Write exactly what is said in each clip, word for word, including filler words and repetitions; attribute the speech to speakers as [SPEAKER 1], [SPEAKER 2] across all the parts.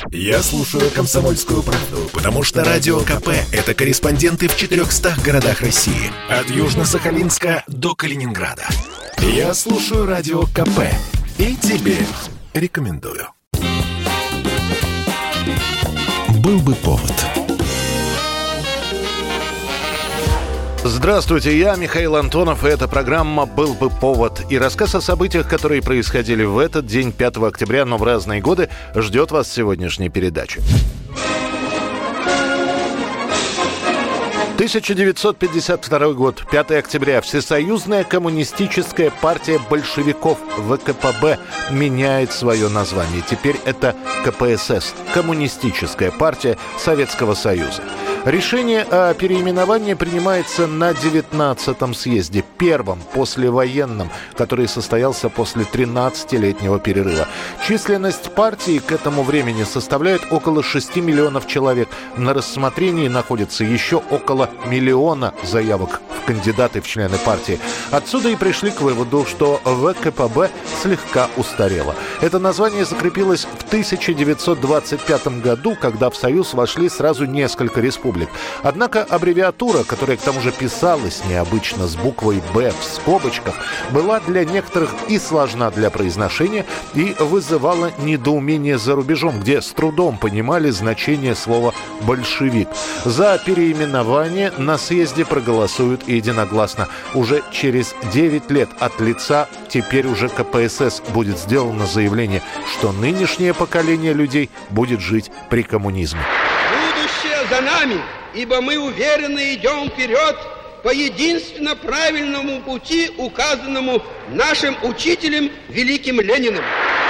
[SPEAKER 1] Я слушаю «Комсомольскую правду», потому что Радио КП – это корреспонденты в четырехстах городах России. От Южно-Сахалинска до Калининграда. Я слушаю Радио КП и тебе рекомендую. Был бы повод.
[SPEAKER 2] Здравствуйте, я Михаил Антонов, и эта программа «Был бы повод». И рассказ о событиях, которые происходили в этот день, пятого октября, но в разные годы, ждет вас в сегодняшней передаче. тысяча девятьсот пятьдесят второй год, пятого октября. Всесоюзная коммунистическая партия большевиков ВКПБ меняет свое название. Теперь это КПСС – Коммунистическая партия Советского Союза. Решение о переименовании принимается на девятнадцатом съезде, первом послевоенном, который состоялся после тринадцатилетнего перерыва. Численность партии к этому времени составляет около шести миллионов человек. На рассмотрении находится еще около миллиона заявок в кандидаты в члены партии. Отсюда и пришли к выводу, что ВКПБ слегка устарело. Это название закрепилось в тысяча девятьсот двадцать пятом году, когда в Союз вошли сразу несколько республик. Однако аббревиатура, которая к тому же писалась необычно с буквой «Б» в скобочках, была для некоторых и сложна для произношения, и вызывала недоумение за рубежом, где с трудом понимали значение слова «большевик». За переименование на съезде проголосуют единогласно. Уже через девять лет от лица теперь уже КПСС будет сделано заявление, что нынешнее поколение людей будет жить при коммунизме.
[SPEAKER 3] Будущее за нами, ибо мы уверенно идем вперед по единственно правильному пути, указанному нашим учителем великим Лениным.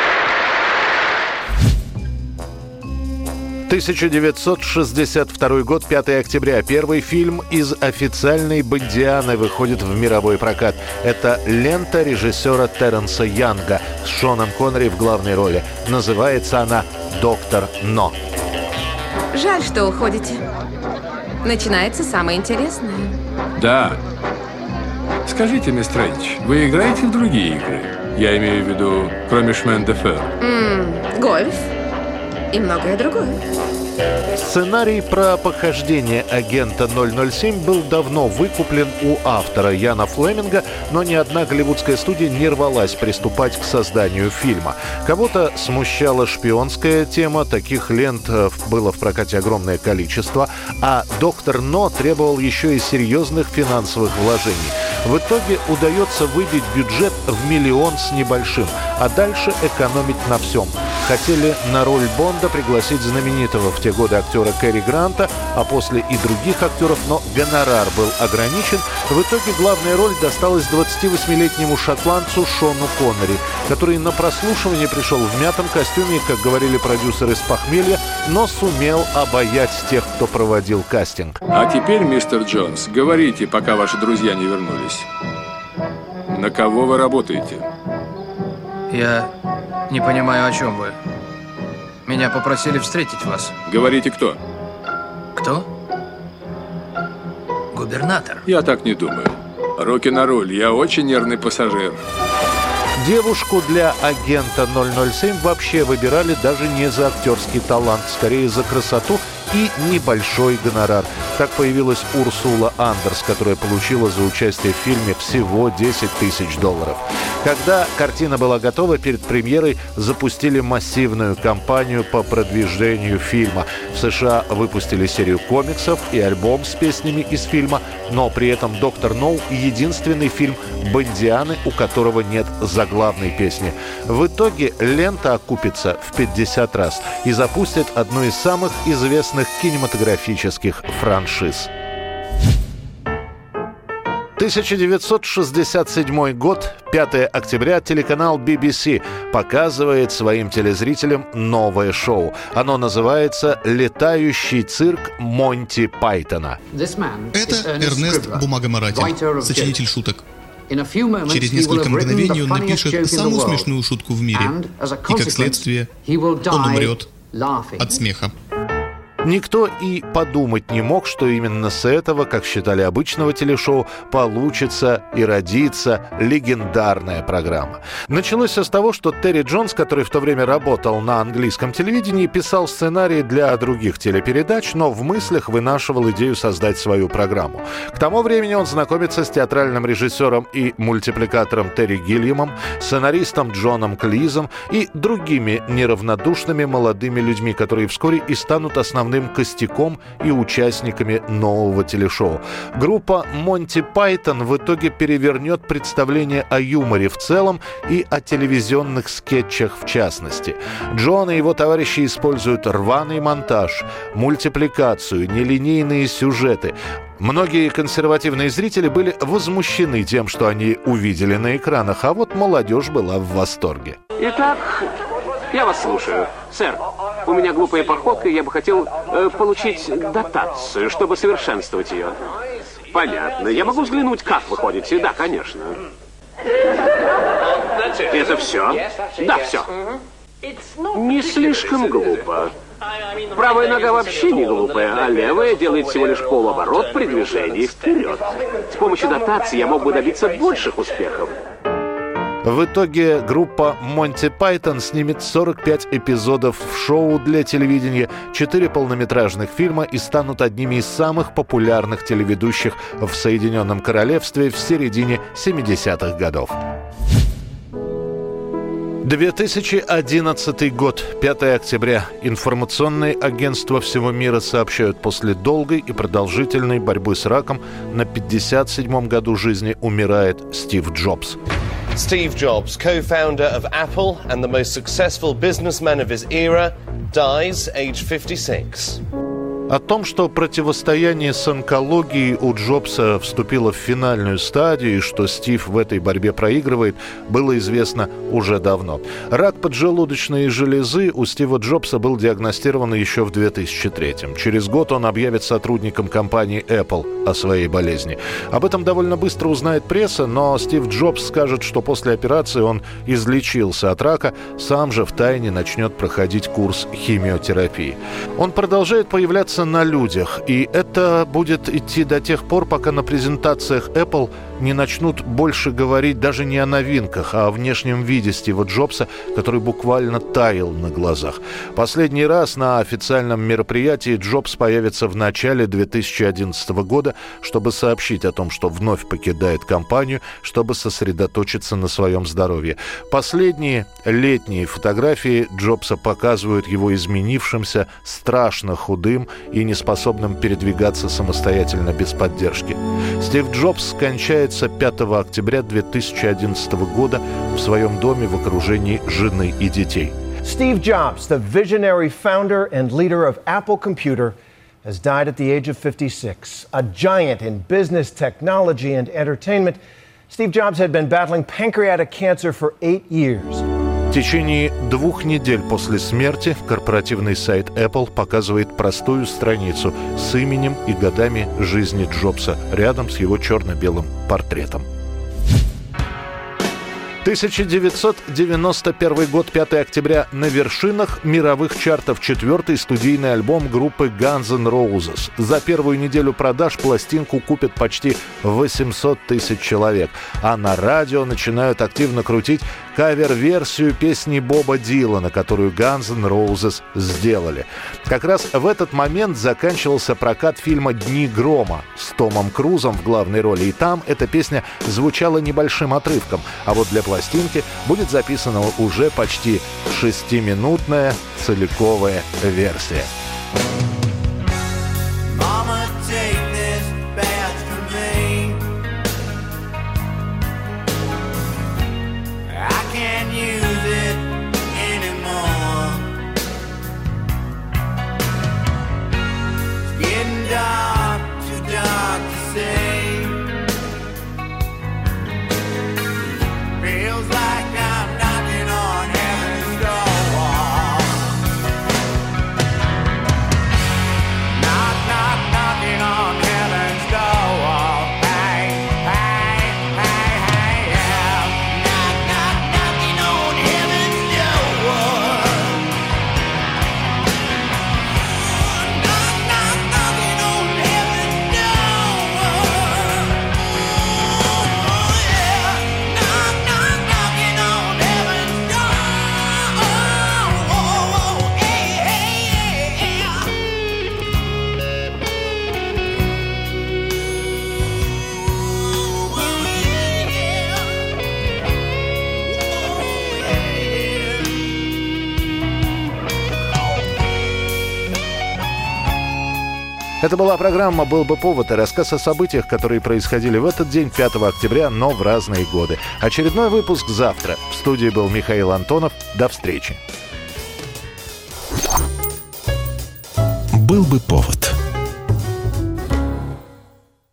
[SPEAKER 2] тысяча девятьсот шестьдесят второй год, пятого октября. Первый фильм из официальной «Бондианы» выходит в мировой прокат. Это лента режиссера Терренса Янга с Шоном Коннери в главной роли. Называется она «Доктор Но».
[SPEAKER 4] Жаль, что уходите. Начинается самое интересное.
[SPEAKER 5] Да. Скажите, мистер Эйч, вы играете в другие игры? Я имею в виду, кроме Шмен де Фер.
[SPEAKER 4] М-м, гольф и многое другое.
[SPEAKER 2] Сценарий про похождение агента ноль ноль семь был давно выкуплен у автора Яна Флеминга, но ни одна голливудская студия не рвалась приступать к созданию фильма. Кого-то смущала шпионская тема, таких лент было в прокате огромное количество, а «Доктор Но» требовал еще и серьезных финансовых вложений. В итоге удается выбить бюджет в миллион с небольшим, а дальше экономить на всем. Хотели на роль Бонда пригласить знаменитого в те годы актера Кэрри Гранта, а после и других актеров, но гонорар был ограничен. В итоге главная роль досталась двадцативосьмилетнему шотландцу Шону Коннери, который на прослушивание пришел в мятом костюме, как говорили продюсеры, с похмелья, но сумел обаять тех, кто проводил кастинг.
[SPEAKER 5] А теперь, мистер Джонс, говорите, пока ваши друзья не вернулись. На кого вы работаете?
[SPEAKER 6] Я не понимаю, о чем вы. Меня попросили встретить вас.
[SPEAKER 5] Говорите, кто?
[SPEAKER 6] Кто? Губернатор.
[SPEAKER 5] Я так не думаю. Руки на руль, я очень нервный пассажир.
[SPEAKER 2] Девушку для агента ноль ноль семь вообще выбирали даже не за актерский талант, скорее за красоту и небольшой гонорар. Так появилась Урсула Андерс, которая получила за участие в фильме всего десять тысяч долларов. Когда картина была готова, перед премьерой запустили массивную кампанию по продвижению фильма. В США выпустили серию комиксов и альбом с песнями из фильма, но при этом «Доктор Ноу» — единственный фильм «Бондианы», у которого нет заглавной песни. В итоге лента окупится в пятьдесят раз и запустит одну из самых известных кинематографических франшиз. тысяча девятьсот шестьдесят седьмой год, пятого октября, телеканал би би си показывает своим телезрителям новое шоу. Оно называется «Летающий цирк Монти Пайтона».
[SPEAKER 7] Это Эрнест Бумага-Маратель, сочинитель шуток. Через несколько мгновений он напишет самую смешную шутку в мире, и, как следствие, он умрет от смеха.
[SPEAKER 2] Никто и подумать не мог, что именно с этого, как считали обычного телешоу, получится и родится легендарная программа. Началось все с того, что Терри Джонс, который в то время работал на английском телевидении, писал сценарии для других телепередач, но в мыслях вынашивал идею создать свою программу. К тому времени он знакомится с театральным режиссером и мультипликатором Терри Гиллиамом, сценаристом Джоном Клизом и другими неравнодушными молодыми людьми, которые вскоре и станут основным костяком и участниками нового телешоу. Группа Монти Пайтон в итоге перевернет представление о юморе в целом и о телевизионных скетчах в частности. Джон и его товарищи используют рваный монтаж, мультипликацию, нелинейные сюжеты. Многие консервативные зрители были возмущены тем, что они увидели на экранах, а вот молодежь была в восторге.
[SPEAKER 8] Итак, я вас слушаю. Сэр, у меня глупая походка, и я бы хотел э, получить дотацию, чтобы совершенствовать ее. Понятно. Я могу взглянуть, как вы ходите? Да, конечно. Это все? Да, все. Не слишком глупо. Правая нога вообще не глупая, а левая делает всего лишь полуоборот при движении вперед. С помощью дотации я мог бы добиться больших успехов.
[SPEAKER 2] В итоге группа Монти Пайтон снимет сорок пять эпизодов шоу для телевидения, четыре полнометражных фильма и станут одними из самых популярных телеведущих в Соединенном Королевстве в середине семидесятых годов. две тысячи одиннадцатый год, пятое октября. Информационные агентства всего мира сообщают, после долгой и продолжительной борьбы с раком на пятьдесят седьмом году жизни умирает Стив Джобс.
[SPEAKER 9] Steve Jobs, co-founder of Apple and the most successful businessman of his era, dies aged fifty-six.
[SPEAKER 2] О том, что противостояние с онкологией у Джобса вступило в финальную стадию и что Стив в этой борьбе проигрывает, было известно уже давно. Рак поджелудочной железы у Стива Джобса был диагностирован еще в две тысячи третьем. Через год он объявит сотрудникам компании Apple о своей болезни. Об этом довольно быстро узнает пресса, но Стив Джобс скажет, что после операции он излечился от рака, сам же втайне начнет проходить курс химиотерапии. Он продолжает появляться на людях, и это будет идти до тех пор, пока на презентациях Apple не начнут больше говорить даже не о новинках, а о внешнем виде Стива Джобса, который буквально таял на глазах. Последний раз на официальном мероприятии Джобс появится в начале две тысячи одиннадцатого года, чтобы сообщить о том, что вновь покидает компанию, чтобы сосредоточиться на своем здоровье. Последние летние фотографии Джобса показывают его изменившимся, страшно худым и неспособным передвигаться самостоятельно без поддержки. Стив Джобс скончается пятого октября две тысячи одиннадцатого года в своем доме в окружении жены и детей.
[SPEAKER 10] Steve Jobs, the visionary founder and leader of Apple Computer, has died at the age of fifty-six. A giant in business, technology, and entertainment, Steve Jobs had been battling pancreatic cancer for eight years.
[SPEAKER 2] В течение двух недель после смерти корпоративный сайт Apple показывает простую страницу с именем и годами жизни Джобса рядом с его черно-белым портретом. тысяча девятьсот девяносто первый год, пятое октября. На вершинах мировых чартов четвертый студийный альбом группы Guns N' Roses. За первую неделю продаж пластинку купят почти восемьсот тысяч человек. А на радио начинают активно крутить кавер-версию песни Боба Дилана, которую Guns N' Roses сделали. Как раз в этот момент заканчивался прокат фильма «Дни грома» с Томом Крузом в главной роли. И там эта песня звучала небольшим отрывком. А вот для пластинки будет записана уже почти шестиминутная целиковая версия. Это была программа «Был бы повод» и рассказ о событиях, которые происходили в этот день, пятого октября, но в разные годы. Очередной выпуск завтра. В студии был Михаил Антонов. До встречи.
[SPEAKER 1] «Был бы повод».